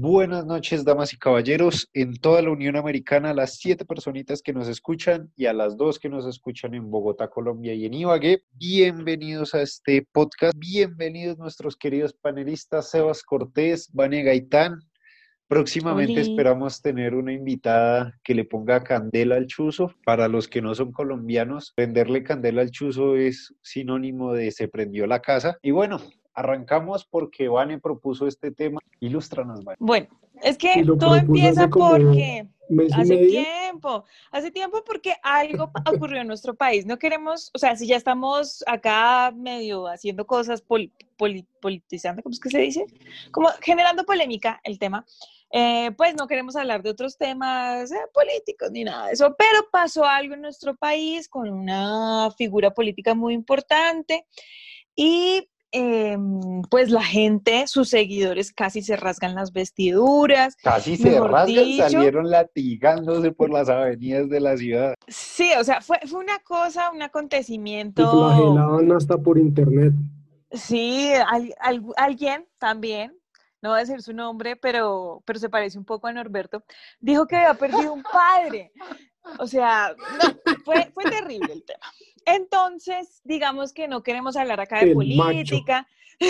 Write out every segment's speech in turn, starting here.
Buenas noches, damas y caballeros, en toda la Unión Americana, a las 7 personitas que nos escuchan y a las 2 que nos escuchan en Bogotá, Colombia y en Ibagué. Bienvenidos a este podcast, bienvenidos nuestros queridos panelistas Sebas Cortés, Vane Gaitán. Próximamente Oli, esperamos tener una invitada que le ponga candela al chuzo. Para los que no son colombianos, prenderle candela al chuzo es sinónimo de se prendió la casa. Y bueno, arrancamos porque Vane propuso este tema. Ilústranos, Vane. bueno, es Y que lo todo propuso hace empieza como porque mes y hace medio. tiempo, hace tiempo porque algo ocurrió en nuestro país. No queremos, o sea, si ya estamos acá medio haciendo cosas politizando, ¿cómo es que se dice? Como generando polémica el tema, pues no queremos hablar de otros temas políticos ni nada de eso, pero pasó algo en nuestro país con una figura política muy importante y pues la gente, sus seguidores casi se rasgan las vestiduras, Casi se mejor rasgan, dicho. salieron latigándose por las avenidas de la ciudad. Sí, o sea, fue una cosa, un Se acontecimiento. flagelaban hasta por internet. Sí, alguien también, no voy a decir su nombre, pero se parece un poco a Norberto, dijo que había perdido un padre. O sea, no, fue terrible el tema. Entonces, digamos que no queremos hablar acá de El macho. política,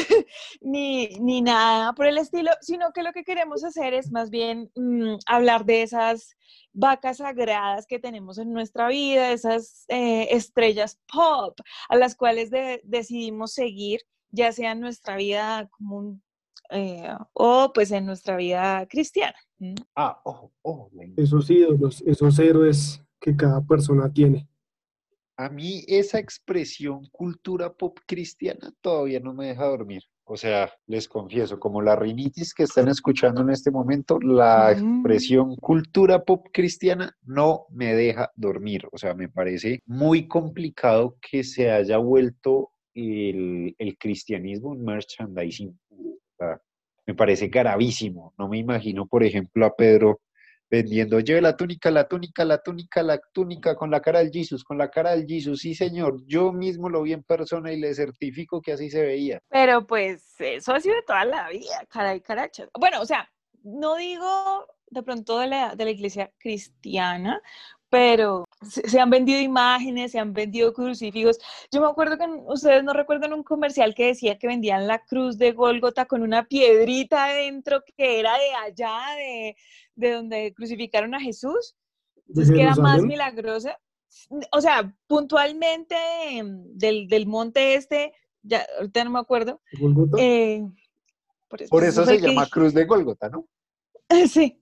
ni nada por el estilo, sino que lo que queremos hacer es más bien hablar de esas vacas sagradas que tenemos en nuestra vida, esas estrellas pop a las cuales decidimos seguir, ya sea en nuestra vida común o pues en nuestra vida cristiana. Ojo, ojo. Esos ídolos, esos héroes que cada persona tiene. A mí esa expresión cultura pop cristiana todavía no me deja dormir. O sea, les confieso, como la rinitis que están escuchando en este momento, la Mm. expresión cultura pop cristiana no me deja dormir. O sea, me parece muy complicado que se haya vuelto el cristianismo un merchandising. O sea, me parece gravísimo. No me imagino, por ejemplo, a Pedro vendiendo, lleve la túnica, la túnica, la túnica, la túnica con la cara del Jesus, con la cara del Jesus, sí señor, yo mismo lo vi en persona y le certifico que así se veía. Pero pues eso ha sido de toda la vida, caray, carachas. Bueno, o sea, no digo de pronto de la iglesia cristiana, pero se han vendido imágenes, se han vendido crucifijos. Yo me acuerdo que ustedes no recuerdan un comercial que decía que vendían la cruz de Gólgota con una piedrita adentro que era de allá, de donde crucificaron a Jesús. De Entonces, que era más Jerusalén, milagrosa. O sea, puntualmente del monte este, ya ahorita no me acuerdo, Gólgota. eh, Por pues eso eso fue se el que llama dije. Cruz de Gólgota, ¿no? Sí,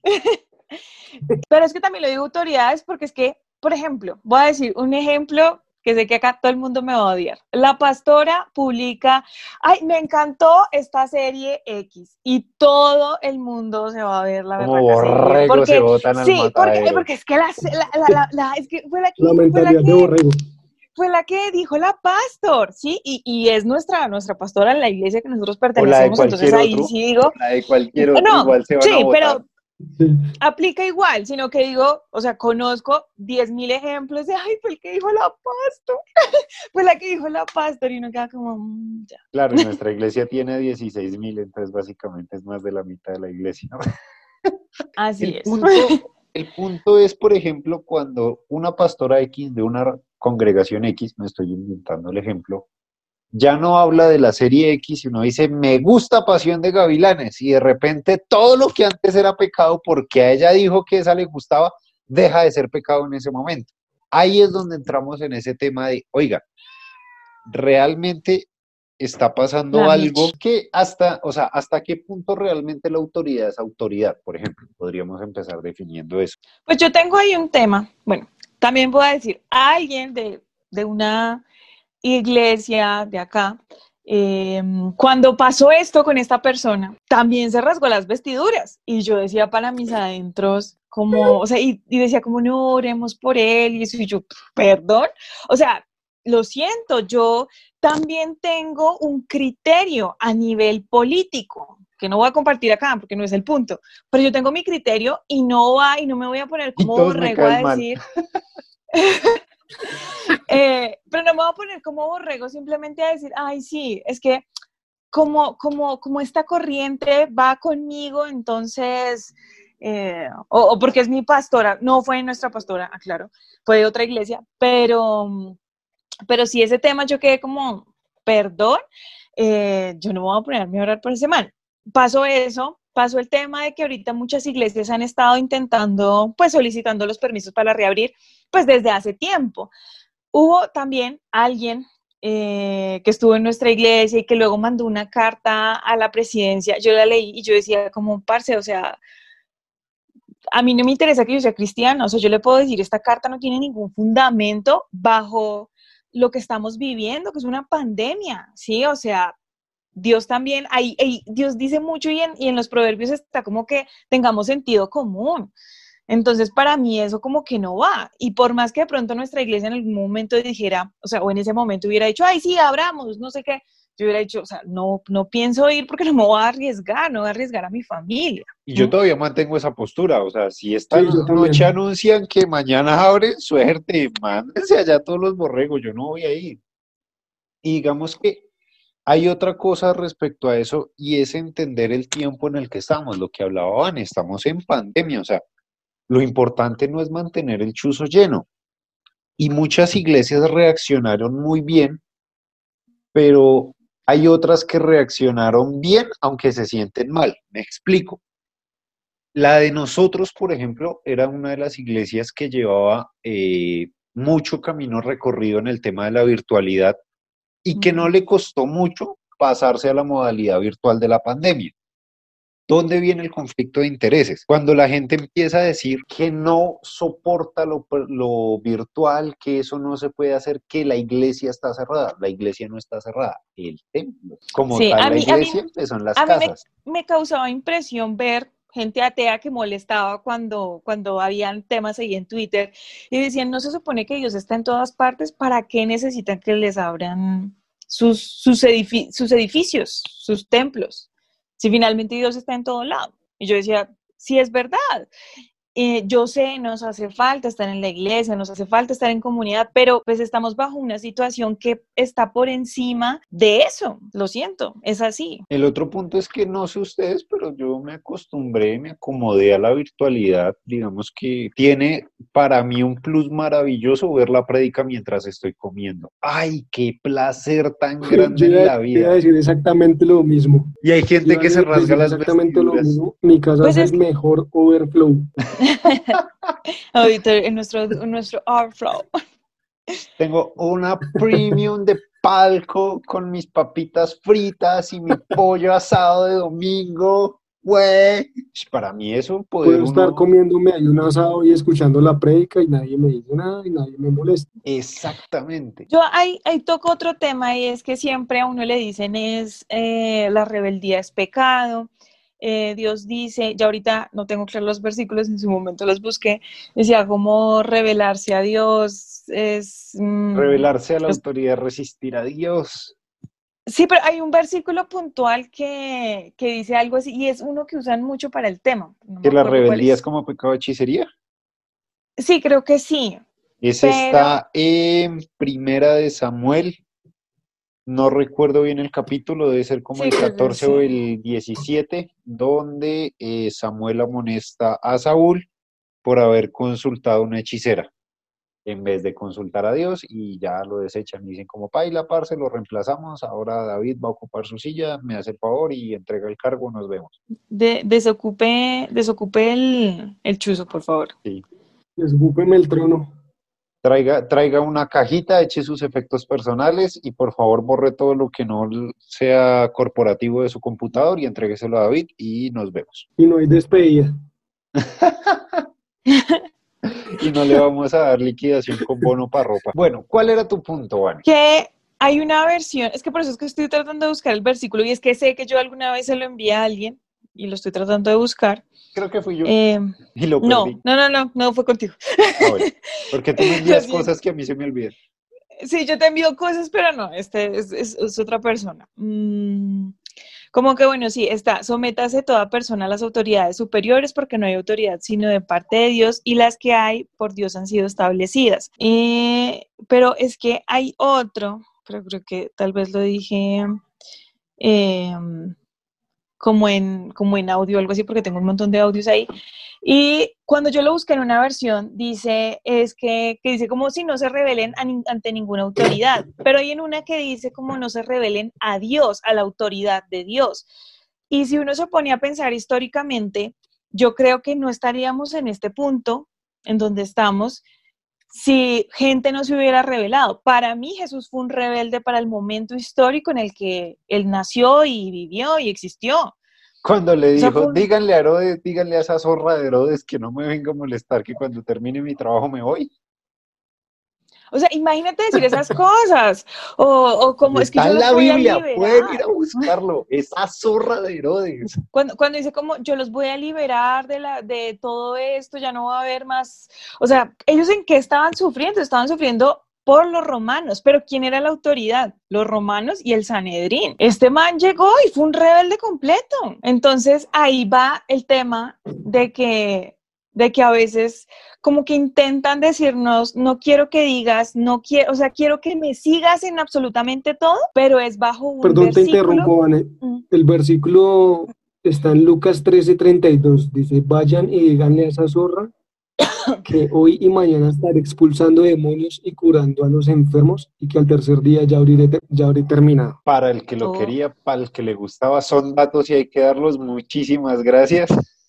pero es que también lo digo autoridades porque es que, por ejemplo, voy a decir un ejemplo que sé que acá todo el mundo me va a odiar. La pastora publica, ay, me encantó esta serie X y todo el mundo se va a ver la Como berraca serie. borregos se Porque, botan al sí, matadero. porque es que es que La mentalidad de borrego. fue la que dijo la pastor, ¿sí? Y es nuestra pastora en la iglesia que nosotros O la de pertenecemos, entonces cualquier ahí otro, sí o digo, la de cualquier otro, no, igual se van a sí, votar. pero Sí. aplica igual, sino que digo, o sea, conozco 10.000 ejemplos de, ay, fue el que dijo la pastor, fue la que dijo la pastor, y uno queda como, ya. Claro, y nuestra iglesia tiene 16.000, entonces básicamente es más de la mitad de la iglesia, ¿no? Así El es. punto, el punto es, por ejemplo, cuando una pastora X de una congregación X, me estoy inventando el ejemplo, ya no habla de la serie X, sino dice, me gusta Pasión de Gavilanes, y de repente todo lo que antes era pecado, porque a ella dijo que esa le gustaba, deja de ser pecado en ese momento. Ahí es donde entramos en ese tema de, oiga, realmente está pasando La algo Mitch. que o sea, hasta qué punto realmente la autoridad es autoridad, por ejemplo, podríamos empezar definiendo eso. Pues yo tengo ahí un tema, bueno, también voy a decir, alguien de una iglesia de acá, cuando pasó esto con esta persona, también se rasgó las vestiduras. Y yo decía para mis adentros, como, o sea, y decía como, no, oremos por él. Y eso, y yo, perdón. O sea, lo siento, yo también tengo un criterio a nivel político que no voy a compartir acá porque no es el punto, pero yo tengo mi criterio y no me voy a poner Y como todos me borrego a caen mal. decir, pero no me voy a poner como borrego simplemente a decir, ay, sí, es que como esta corriente va conmigo, entonces, o porque es mi pastora, no fue nuestra pastora, aclaro, fue de otra iglesia, pero si ese tema yo quedé como, perdón, yo no me voy a ponerme a orar por ese man. Pasó eso, pasó el tema de que ahorita muchas iglesias han estado intentando, pues solicitando los permisos para reabrir, pues desde hace tiempo. Hubo también alguien que estuvo en nuestra iglesia y que luego mandó una carta a la presidencia. Yo la leí y yo decía como, parce, o sea, a mí no me interesa que yo sea cristiana, o sea, yo le puedo decir, esta carta no tiene ningún fundamento bajo lo que estamos viviendo, que es una pandemia, ¿sí? O sea, Dios también, Dios dice mucho y en los proverbios está como que tengamos sentido común. Entonces, para mí eso como que no va. Y por más que de pronto nuestra iglesia en algún momento dijera, o sea, o en ese momento hubiera dicho, ay, sí, abramos, no sé qué, yo hubiera dicho, o sea, no pienso ir porque no me voy a arriesgar, no voy a arriesgar a mi familia. Y yo todavía mantengo esa postura, o sea, si esta Sí, yo noche también. anuncian que mañana abren, suerte, mándense allá todos los borregos, yo no voy a ir. Y digamos que hay otra cosa respecto a eso y es entender el tiempo en el que estamos, lo que hablaba Van, estamos en pandemia, o sea, lo importante no es mantener el chuzo lleno. Y muchas iglesias reaccionaron muy bien, pero hay otras que reaccionaron bien, aunque se sienten mal. Me explico. La de nosotros, por ejemplo, era una de las iglesias que llevaba mucho camino recorrido en el tema de la virtualidad y que no le costó mucho pasarse a la modalidad virtual de la pandemia. ¿Dónde viene el conflicto de intereses? Cuando la gente empieza a decir que no soporta lo virtual, que eso no se puede hacer, que la iglesia está cerrada. La iglesia no está cerrada, el templo. Como Sí, tal, la iglesia pues, son las a mí casas. me causaba impresión ver gente atea que molestaba cuando habían temas ahí en Twitter y decían, no se supone que Dios está en todas partes, ¿para qué necesitan que les abran sus edificios, sus templos? Si finalmente Dios está en todo lado. Y yo decía, sí es verdad. Yo sé, nos hace falta estar en la iglesia, nos hace falta estar en comunidad, pero pues estamos bajo una situación que está por encima de eso. Lo siento, es así. El otro punto es que no sé ustedes, pero yo me acostumbré, me acomodé a la virtualidad. Digamos que tiene para mí un plus maravilloso ver la prédica mientras estoy comiendo. ¡Ay, qué placer tan grande Yo en la iba a vida! decir exactamente lo mismo. Y hay Yo gente iba que se a rasga decir las exactamente lo vestiduras. mismo. Mi casa Pues es es el que mejor overflow. ahorita en nuestro Overflow. Tengo una premium de palco con mis papitas fritas y mi pollo asado de domingo. Güey, para mí eso, poder Puedo estar uno. comiéndome ahí un asado y escuchando la prédica y nadie me dice nada y nadie me molesta. Exactamente. Yo ahí toco otro tema y es que siempre a uno le dicen es la rebeldía es pecado. Dios dice, ya ahorita no tengo claros los versículos, en su momento los busqué, decía como rebelarse a Dios Revelarse a la autoridad, resistir a Dios. sí, pero hay un versículo puntual que dice algo así y es uno que usan mucho para el tema, no me Que la acuerdo cuál rebeldía es es. como pecado de hechicería. Sí, creo que sí, Ese pero está en Primera de Samuel. No recuerdo bien el capítulo, debe ser como sí, el creo que 14 sí. o el 17, donde Samuel amonesta a Saúl por haber consultado a una hechicera, en vez de consultar a Dios, y ya lo desechan. Dicen como, paila, parce, lo reemplazamos, ahora David va a ocupar su silla, me hace el favor y entrega el cargo, nos vemos. Desocupe el chuzo, por favor. Sí. Desocúpeme el trono. Traiga una cajita, eche sus efectos personales y por favor borre todo lo que no sea corporativo de su computador y entrégueselo a David y nos vemos. Y no hay despedida. Y no le vamos a dar liquidación con bono para ropa. Bueno, ¿cuál era tu punto, Vani? Que hay una versión, es que por eso es que estoy tratando de buscar el versículo y es que sé que yo alguna vez se lo envié a alguien y lo estoy tratando de buscar. Creo que fui yo Eh, y lo no, perdí. no, no, no, no fue contigo. Ah, bueno, porque tú me Lo envías siento. cosas que a mí se me olvidan. Sí, yo te envío cosas, pero no, este es otra persona. Como que bueno, sí, está, sométase toda persona a las autoridades superiores porque no hay autoridad sino de parte de Dios y las que hay por Dios han sido establecidas. Pero es que hay otro, pero creo que tal vez lo dije eh, como en audio o algo así, porque tengo un montón de audios ahí. Y cuando yo lo busqué en una versión, que dice como si no se rebelen ante ninguna autoridad, pero hay en una que dice como no se rebelen a Dios, a la autoridad de Dios. Y si uno se pone a pensar históricamente, yo creo que no estaríamos en este punto en donde estamos si gente no se hubiera rebelado. Para mí Jesús fue un rebelde para el momento histórico en el que él nació y vivió y existió. Cuando le O sea, dijo, díganle a Herodes, díganle a esa zorra de Herodes que no me venga a molestar, que cuando termine mi trabajo me voy. O sea, imagínate decir esas cosas. O como es que Está yo en los la voy a Biblia, pueden ir liberar. a buscarlo. Esa zorra de Herodes. Cuando dice como yo los voy a liberar de todo esto, ya no va a haber más. O sea, ¿ellos en qué estaban sufriendo? Estaban sufriendo por los romanos. Pero ¿quién era la autoridad? Los romanos y el Sanedrín. Este man llegó y fue un rebelde completo. Entonces ahí va el tema de que a veces como que intentan decirnos, no quiero que digas, no quiero, o sea, quiero que me sigas en absolutamente todo, pero es bajo un Perdón, te versículo. interrumpo, Vane. El versículo está en Lucas 13:32. Dice, vayan y díganle a esa zorra que hoy y mañana estaré expulsando demonios y curando a los enfermos y que al tercer día ya habré terminado. Para el que lo quería, para el que le gustaba, son datos y hay que darlos. Muchísimas gracias.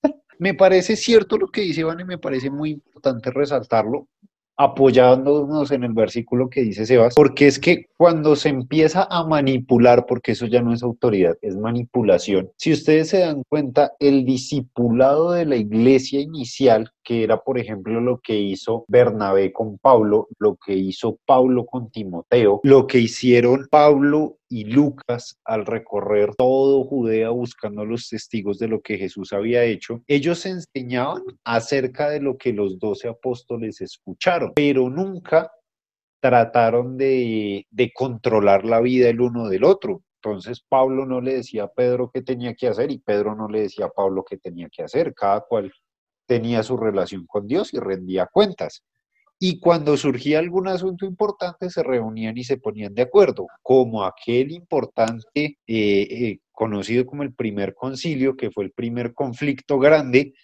Me parece cierto lo que dice Iván y me parece muy importante resaltarlo, apoyándonos en el versículo que dice Sebas, porque es que cuando se empieza a manipular, porque eso ya no es autoridad, es manipulación. Si ustedes se dan cuenta, el discipulado de la iglesia inicial, que era, por ejemplo, lo que hizo Bernabé con Pablo, lo que hizo Pablo con Timoteo, lo que hicieron Pablo y Lucas al recorrer todo Judea buscando los testigos de lo que Jesús había hecho, ellos enseñaban acerca de lo que los 12 apóstoles escucharon, pero nunca trataron de controlar la vida el uno del otro. Entonces Pablo no le decía a Pedro qué tenía que hacer y Pedro no le decía a Pablo qué tenía que hacer. Cada cual tenía su relación con Dios y rendía cuentas. Y cuando surgía algún asunto importante, se reunían y se ponían de acuerdo, como aquel importante, conocido como el primer concilio, que fue el primer conflicto grande,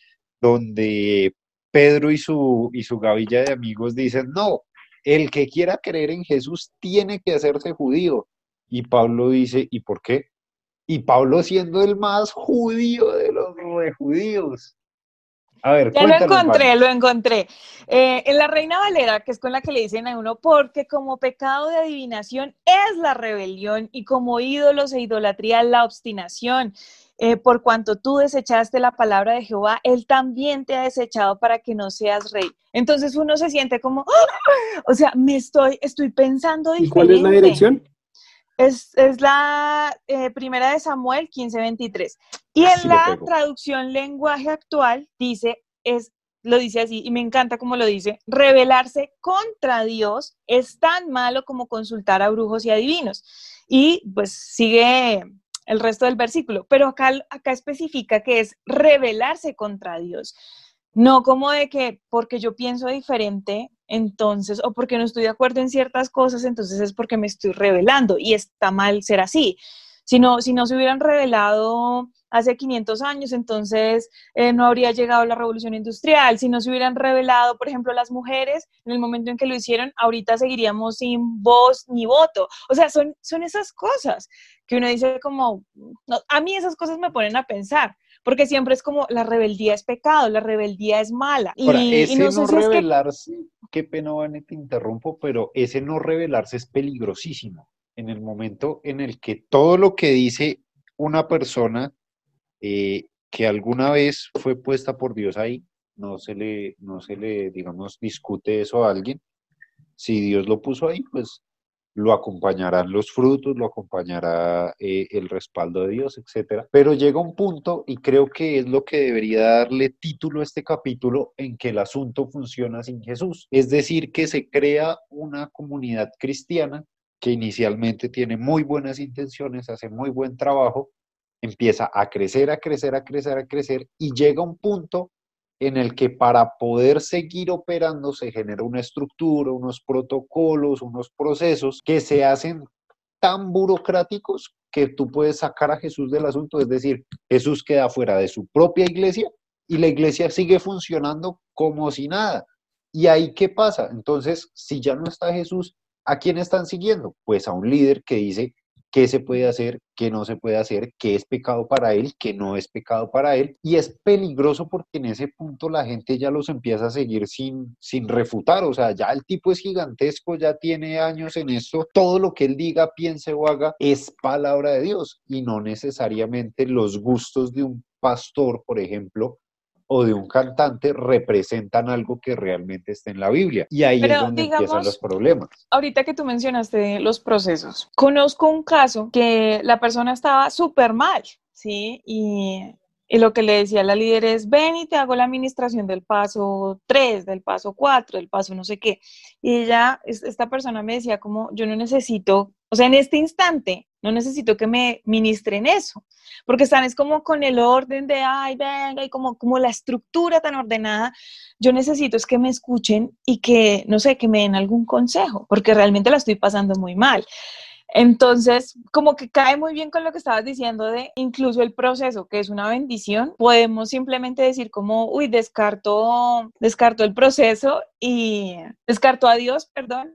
donde Pedro y su gavilla de amigos dicen, no, el que quiera creer en Jesús tiene que hacerse judío. Y Pablo dice, ¿y por qué? Y Pablo siendo el más judío de los rejudíos. A ver, Ya cuéntanos, Vane. lo encontré. En la Reina Valera, que es con la que le dicen a uno, porque como pecado de adivinación es la rebelión y como ídolos e idolatría la obstinación. Por cuanto tú desechaste la palabra de Jehová, Él también te ha desechado para que no seas rey. Entonces uno se siente como, ¡oh! O sea, estoy pensando ¿Y cuál es la diferente. dirección? Es la primera de Samuel 15:23. Y en la traducción lenguaje actual lo dice así, y me encanta cómo lo dice: rebelarse contra Dios es tan malo como consultar a brujos y adivinos. Y pues sigue el resto del versículo, pero acá especifica que es rebelarse contra Dios. No como de que porque yo pienso diferente, entonces, o porque no estoy de acuerdo en ciertas cosas, entonces es porque me estoy rebelando y está mal ser así. Si no se hubieran rebelado hace 500 años, entonces no habría llegado la revolución industrial. Si no se hubieran rebelado, por ejemplo, las mujeres, en el momento en que lo hicieron, ahorita seguiríamos sin voz ni voto. O sea, son esas cosas que uno dice como, no, a mí esas cosas me ponen a pensar. Porque siempre es como la rebeldía es pecado, la rebeldía es mala. Ahora, Y ese no sé no si es que rebelarse, qué pena, Vane, te interrumpo, pero ese no rebelarse es peligrosísimo. En el momento en el que todo lo que dice una persona que alguna vez fue puesta por Dios ahí, no se le, digamos, discute eso a alguien. Si Dios lo puso ahí, pues lo acompañarán los frutos, lo acompañará el respaldo de Dios, etcétera. Pero llega un punto, y creo que es lo que debería darle título a este capítulo, en que el asunto funciona sin Jesús. Es decir, que se crea una comunidad cristiana que inicialmente tiene muy buenas intenciones, hace muy buen trabajo, empieza a crecer, a crecer, a crecer, a crecer, y llega un punto en el que para poder seguir operando se genera una estructura, unos protocolos, unos procesos que se hacen tan burocráticos que tú puedes sacar a Jesús del asunto, es decir, Jesús queda fuera de su propia iglesia y la iglesia sigue funcionando como si nada. ¿Y ahí qué pasa? Entonces, si ya no está Jesús, ¿a quién están siguiendo? Pues a un líder que dice qué se puede hacer, qué no se puede hacer, qué es pecado para él, qué no es pecado para él. Y es peligroso porque en ese punto la gente ya los empieza a seguir sin refutar. O sea, ya el tipo es gigantesco, ya tiene años en esto. Todo lo que él diga, piense o haga es palabra de Dios y no necesariamente los gustos de un pastor, por ejemplo, o de un cantante representan algo que realmente está en la Biblia. Y ahí es Pero donde empiezan los digamos, problemas. ahorita que tú mencionaste los procesos, conozco un caso que la persona estaba súper mal, ¿sí? Y lo que le decía la líder es, ven y te hago la administración del paso 3, del paso 4, del paso no sé qué. Y esta persona me decía como, yo no necesito, o sea, en este instante, no necesito que me ministren eso, porque están es como con el orden de, ay, venga, y como la estructura tan ordenada. Yo necesito es que me escuchen y que, no sé, que me den algún consejo, porque realmente la estoy pasando muy mal. Entonces, como que cae muy bien con lo que estabas diciendo de incluso el proceso, que es una bendición. Podemos simplemente decir como, uy, descarto el proceso y descarto a Dios, perdón,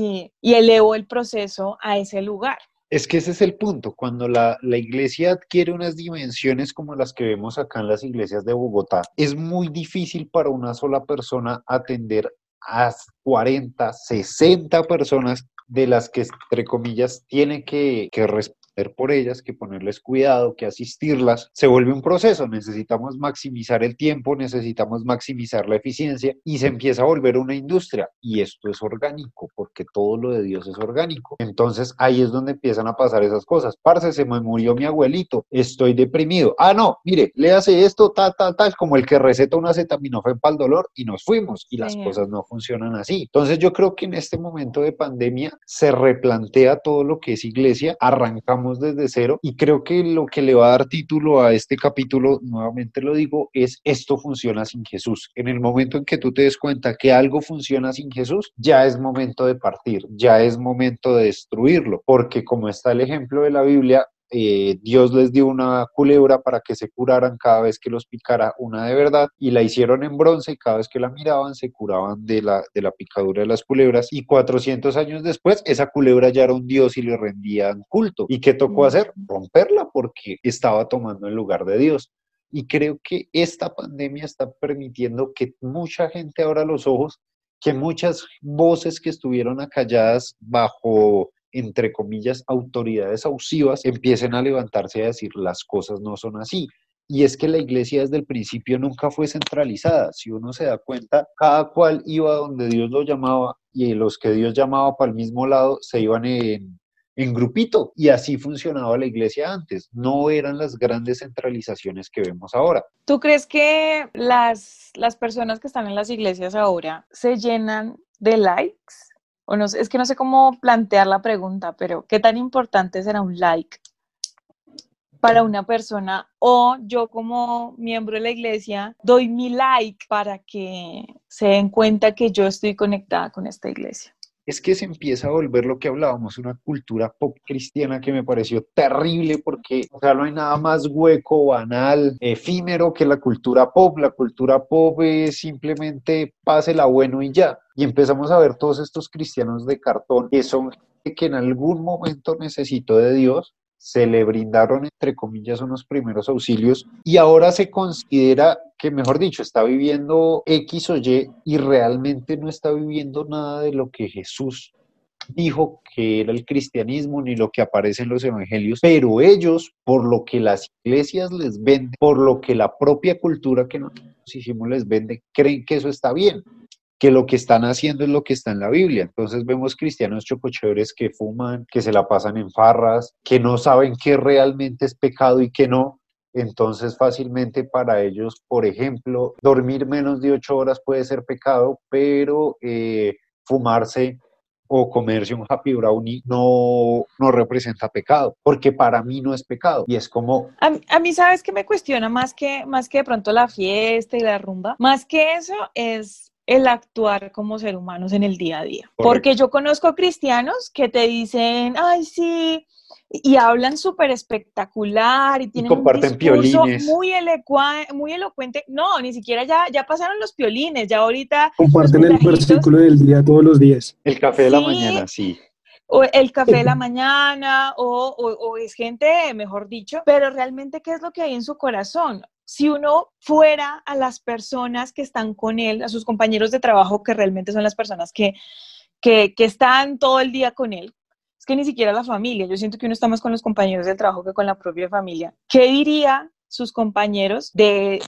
y elevo el proceso a ese lugar. Es que ese es el punto, cuando la iglesia adquiere unas dimensiones como las que vemos acá en las iglesias de Bogotá, es muy difícil para una sola persona atender a 40, 60 personas de las que, entre comillas, tiene que responder por ellas, que ponerles cuidado, que asistirlas. Se vuelve un proceso, necesitamos maximizar el tiempo, necesitamos maximizar la eficiencia y se empieza a volver una industria. Y esto es orgánico, porque todo lo de Dios es orgánico. Entonces ahí es donde empiezan a pasar esas cosas. Parce, se me murió mi abuelito, estoy deprimido. Ah, no, mire, léase esto, tal, tal, tal, como el que receta un acetaminofén para el dolor y nos fuimos. Y las cosas no funcionan así. Entonces yo creo que en este momento de pandemia se replantea todo lo que es iglesia, arrancamos desde cero y creo que lo que le va a dar título a este capítulo, nuevamente lo digo, es esto funciona sin Jesús. En el momento en que tú te des cuenta que algo funciona sin Jesús, ya es momento de partir, ya es momento de destruirlo, porque como está el ejemplo de la Biblia, Dios les dio una culebra para que se curaran cada vez que los picara una de verdad y la hicieron en bronce y cada vez que la miraban se curaban de la picadura de las culebras y 400 años después esa culebra ya era un dios y le rendían culto. ¿Y qué tocó hacer? Romperla porque estaba tomando el lugar de Dios. Y creo que esta pandemia está permitiendo que mucha gente abra los ojos, que muchas voces que estuvieron acalladas bajo, entre comillas, autoridades ausivas, empiecen a levantarse y a decir las cosas no son así. Y es que la iglesia desde el principio nunca fue centralizada. Si uno se da cuenta, cada cual iba donde Dios lo llamaba y los que Dios llamaba para el mismo lado se iban en grupito. Y así funcionaba la iglesia antes. No eran las grandes centralizaciones que vemos ahora. ¿Tú crees que las personas que están en las iglesias ahora se llenan de likes? O no sé, es que no sé cómo plantear la pregunta, pero ¿qué tan importante será un like para una persona? O yo como miembro de la iglesia doy mi like para que se den cuenta que yo estoy conectada con esta iglesia. Es que se empieza a volver lo que hablábamos, una cultura pop cristiana que me pareció terrible porque, o sea, no hay nada más hueco, banal, efímero que la cultura pop. La cultura pop es simplemente pásela bueno y ya. Y empezamos a ver todos estos cristianos de cartón que son gente que en algún momento necesitó de Dios, se le brindaron, entre comillas, unos primeros auxilios y ahora se considera que, mejor dicho, está viviendo X o y realmente no está viviendo nada de lo que Jesús dijo que era el cristianismo ni lo que aparece en los evangelios, pero ellos, por lo que las iglesias les venden, por lo que la propia cultura que nosotros hicimos les vende, creen que eso está bien, que lo que están haciendo es lo que está en la Biblia. Entonces vemos cristianos chocochebres que fuman, que se la pasan en farras, que no saben qué realmente es pecado y qué no. Entonces fácilmente para ellos, por ejemplo, dormir menos de 8 horas puede ser pecado, pero fumarse o comerse un happy brownie no representa pecado, porque para mí no es pecado. Y es como... A mí, ¿sabes qué me cuestiona más que de pronto la fiesta y la rumba? Más que eso es el actuar como ser humanos en el día a día. Correcto. Porque yo conozco cristianos que te dicen, ay, sí, y hablan súper espectacular y tienen un comparten discurso piolines. muy elocuente. No, ni siquiera ya pasaron los piolines, ya ahorita los Comparten el mensajitos, versículo del día todos los días. El café de la sí, mañana, sí. o el café de la mañana, o es gente, mejor dicho, pero realmente, ¿qué es lo que hay en su corazón? Si uno fuera a las personas que están con él, a sus compañeros de trabajo, que realmente son las personas que están todo el día con él, es que ni siquiera la familia, yo siento que uno está más con los compañeros del trabajo que con la propia familia. ¿Qué diría sus compañeros de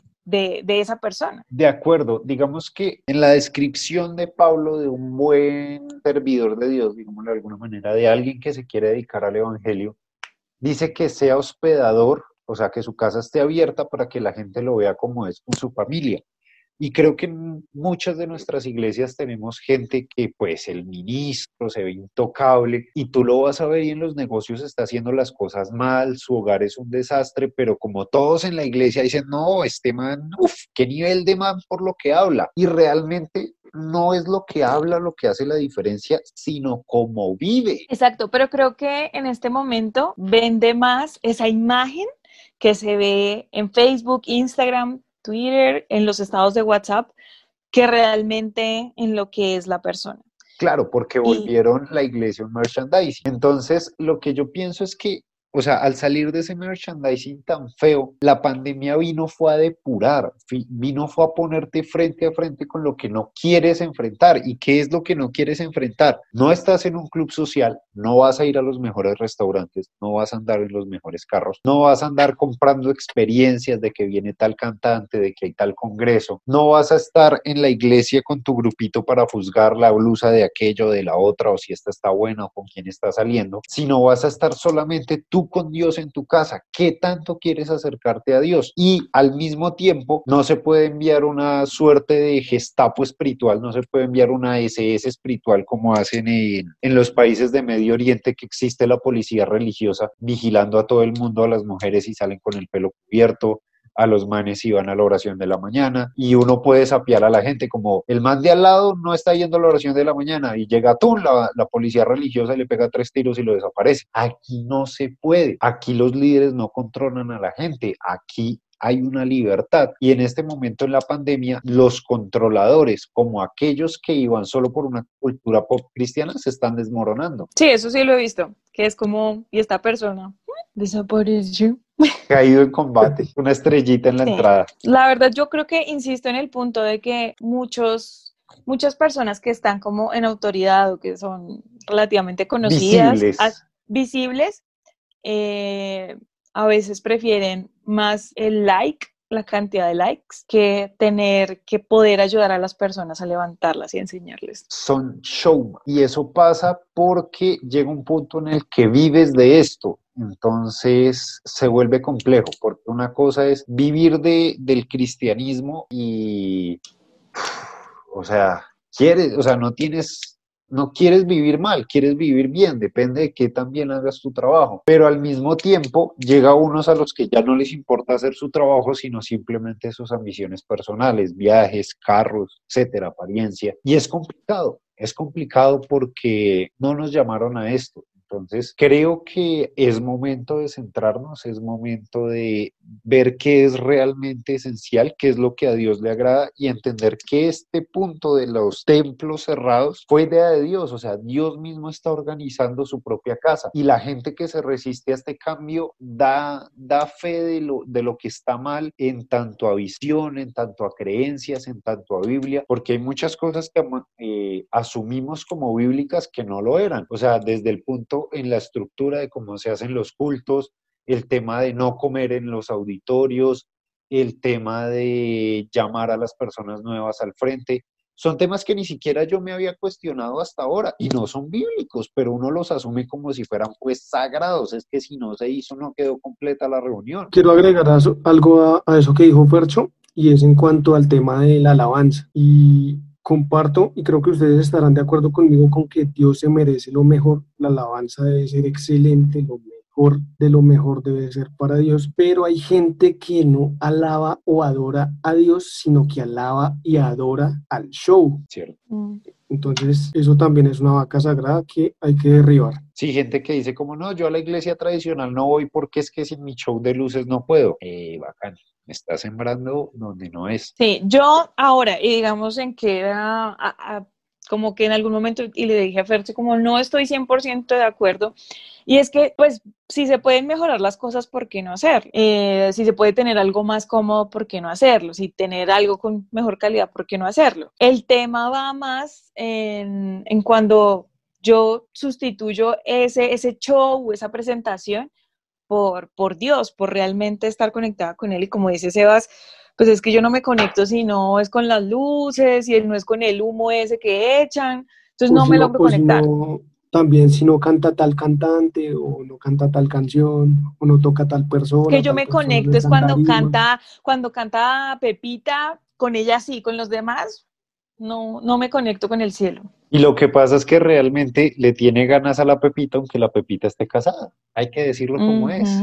esa persona? De acuerdo, digamos que en la descripción de Pablo de un buen servidor de Dios, digámoslo de alguna manera, de alguien que se quiere dedicar al evangelio, dice que sea hospedador, o sea, que su casa esté abierta para que la gente lo vea como es con su familia. Y creo que en muchas de nuestras iglesias tenemos gente que pues el ministro se ve intocable y tú lo vas a ver y en los negocios está haciendo las cosas mal, su hogar es un desastre, pero como todos en la iglesia dicen, no, este man, qué nivel de man por lo que habla. Y realmente no es lo que habla lo que hace la diferencia, sino cómo vive. Exacto, pero creo que en este momento vende más esa imagen que se ve en Facebook, Instagram, Twitter, en los estados de WhatsApp, que realmente en lo que es la persona. Claro, porque volvieron la iglesia un merchandising. Entonces, lo que yo pienso es que, o sea, al salir de ese merchandising tan feo, la pandemia fue a depurar, fue a ponerte frente a frente con lo que no quieres enfrentar. ¿Y qué es lo que no quieres enfrentar? No estás en un club social, no vas a ir a los mejores restaurantes, no vas a andar en los mejores carros, no vas a andar comprando experiencias de que viene tal cantante, de que hay tal congreso, no vas a estar en la iglesia con tu grupito para juzgar la blusa de aquello, de la otra, o si esta está buena o con quién está saliendo, sino vas a estar solamente tú con Dios en tu casa. ¿Qué tanto quieres acercarte a Dios? Y al mismo tiempo no se puede enviar una suerte de Gestapo espiritual, no se puede enviar una SS espiritual como hacen en los países de Medio Oriente, que existe la policía religiosa vigilando a todo el mundo, a las mujeres y salen con el pelo cubierto, a los manes y van a la oración de la mañana, y uno puede sapear a la gente como el man de al lado no está yendo a la oración de la mañana y llega tú, la policía religiosa le pega 3 tiros y lo desaparece. Aquí no se puede, aquí los líderes no controlan a la gente, aquí hay una libertad, y en este momento en la pandemia los controladores, como aquellos que iban solo por una cultura pop cristiana, se están desmoronando. Sí, eso sí lo he visto, que es como, y esta persona desapareció. Caído en combate, una estrellita en la entrada. La verdad, yo creo que insisto en el punto de que muchas personas que están como en autoridad o que son relativamente conocidas, visibles, a veces prefieren más el like, la cantidad de likes, que tener que poder ayudar a las personas a levantarlas y enseñarles. Son showman, y eso pasa porque llega un punto en el que vives de esto. Entonces se vuelve complejo, porque una cosa es vivir del cristianismo y, o sea, no quieres vivir mal, quieres vivir bien, depende de qué tan bien hagas tu trabajo. Pero al mismo tiempo llega unos a los que ya no les importa hacer su trabajo, sino simplemente sus ambiciones personales, viajes, carros, etcétera, apariencia. Y es complicado porque no nos llamaron a esto. Entonces, creo que es momento de centrarnos, es momento de ver qué es realmente esencial, qué es lo que a Dios le agrada, y entender que este punto de los templos cerrados fue idea de Dios. O sea, Dios mismo está organizando su propia casa, y la gente que se resiste a este cambio da fe de lo que está mal en tanto a visión, en tanto a creencias, en tanto a Biblia, porque hay muchas cosas que asumimos como bíblicas que no lo eran. O sea, desde el punto en la estructura de cómo se hacen los cultos, el tema de no comer en los auditorios, el tema de llamar a las personas nuevas al frente, son temas que ni siquiera yo me había cuestionado hasta ahora y no son bíblicos, pero uno los asume como si fueran pues sagrados. Es que si no se hizo, no quedó completa la reunión. Quiero agregar algo a eso que dijo Fercho, y es en cuanto al tema de la alabanza. Y comparto, y creo que ustedes estarán de acuerdo conmigo con que Dios se merece lo mejor. La alabanza debe ser excelente, lo de lo mejor debe ser para Dios, pero hay gente que no alaba o adora a Dios, sino que alaba y adora al show. ¿Cierto? Entonces, eso también es una vaca sagrada que hay que derribar. Sí, gente que dice como, no, yo a la iglesia tradicional no voy porque es que sin mi show de luces no puedo. Bacán, me está sembrando donde no es. Sí, yo ahora, y digamos en que era, como que en algún momento, y le dije a Fercho, como no estoy 100% de acuerdo, y es que, pues, si se pueden mejorar las cosas, ¿por qué no hacerlo? Si se puede tener algo más cómodo, ¿por qué no hacerlo? Si tener algo con mejor calidad, ¿por qué no hacerlo? El tema va más en cuando yo sustituyo ese show, esa presentación, por Dios, por realmente estar conectada con Él. Y como dice Sebas, pues es que yo no me conecto si no es con las luces, y no es con el humo ese que echan, entonces no me logro conectar. También si no canta tal cantante, o no canta tal canción, o no toca tal persona. Que yo me conecto es cuando canta Pepita, con ella sí, con los demás, no me conecto con el cielo. Y lo que pasa es que realmente le tiene ganas a la Pepita, aunque la Pepita esté casada. Hay que decirlo como es.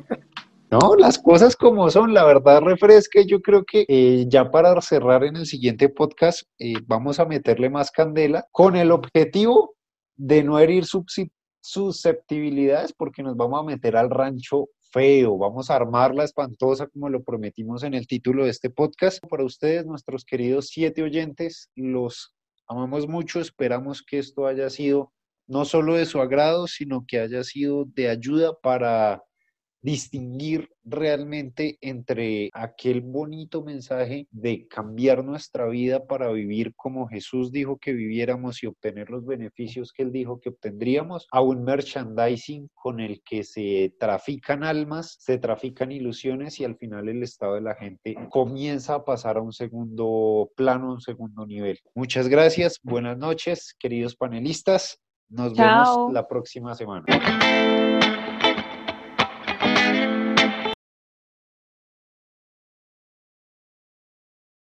No, las cosas como son, la verdad refresca. Yo creo que ya para cerrar en el siguiente podcast vamos a meterle más candela con el objetivo de no herir susceptibilidades, porque nos vamos a meter al rancho feo, vamos a armar la espantosa como lo prometimos en el título de este podcast. Para ustedes, nuestros queridos 7 oyentes, los amamos mucho, esperamos que esto haya sido no solo de su agrado, sino que haya sido de ayuda para distinguir realmente entre aquel bonito mensaje de cambiar nuestra vida para vivir como Jesús dijo que viviéramos y obtener los beneficios que Él dijo que obtendríamos, a un merchandising con el que se trafican almas, se trafican ilusiones, y al final el estado de la gente comienza a pasar a un segundo plano, a un segundo nivel. Muchas gracias, buenas noches, queridos panelistas. Nos vemos la próxima semana.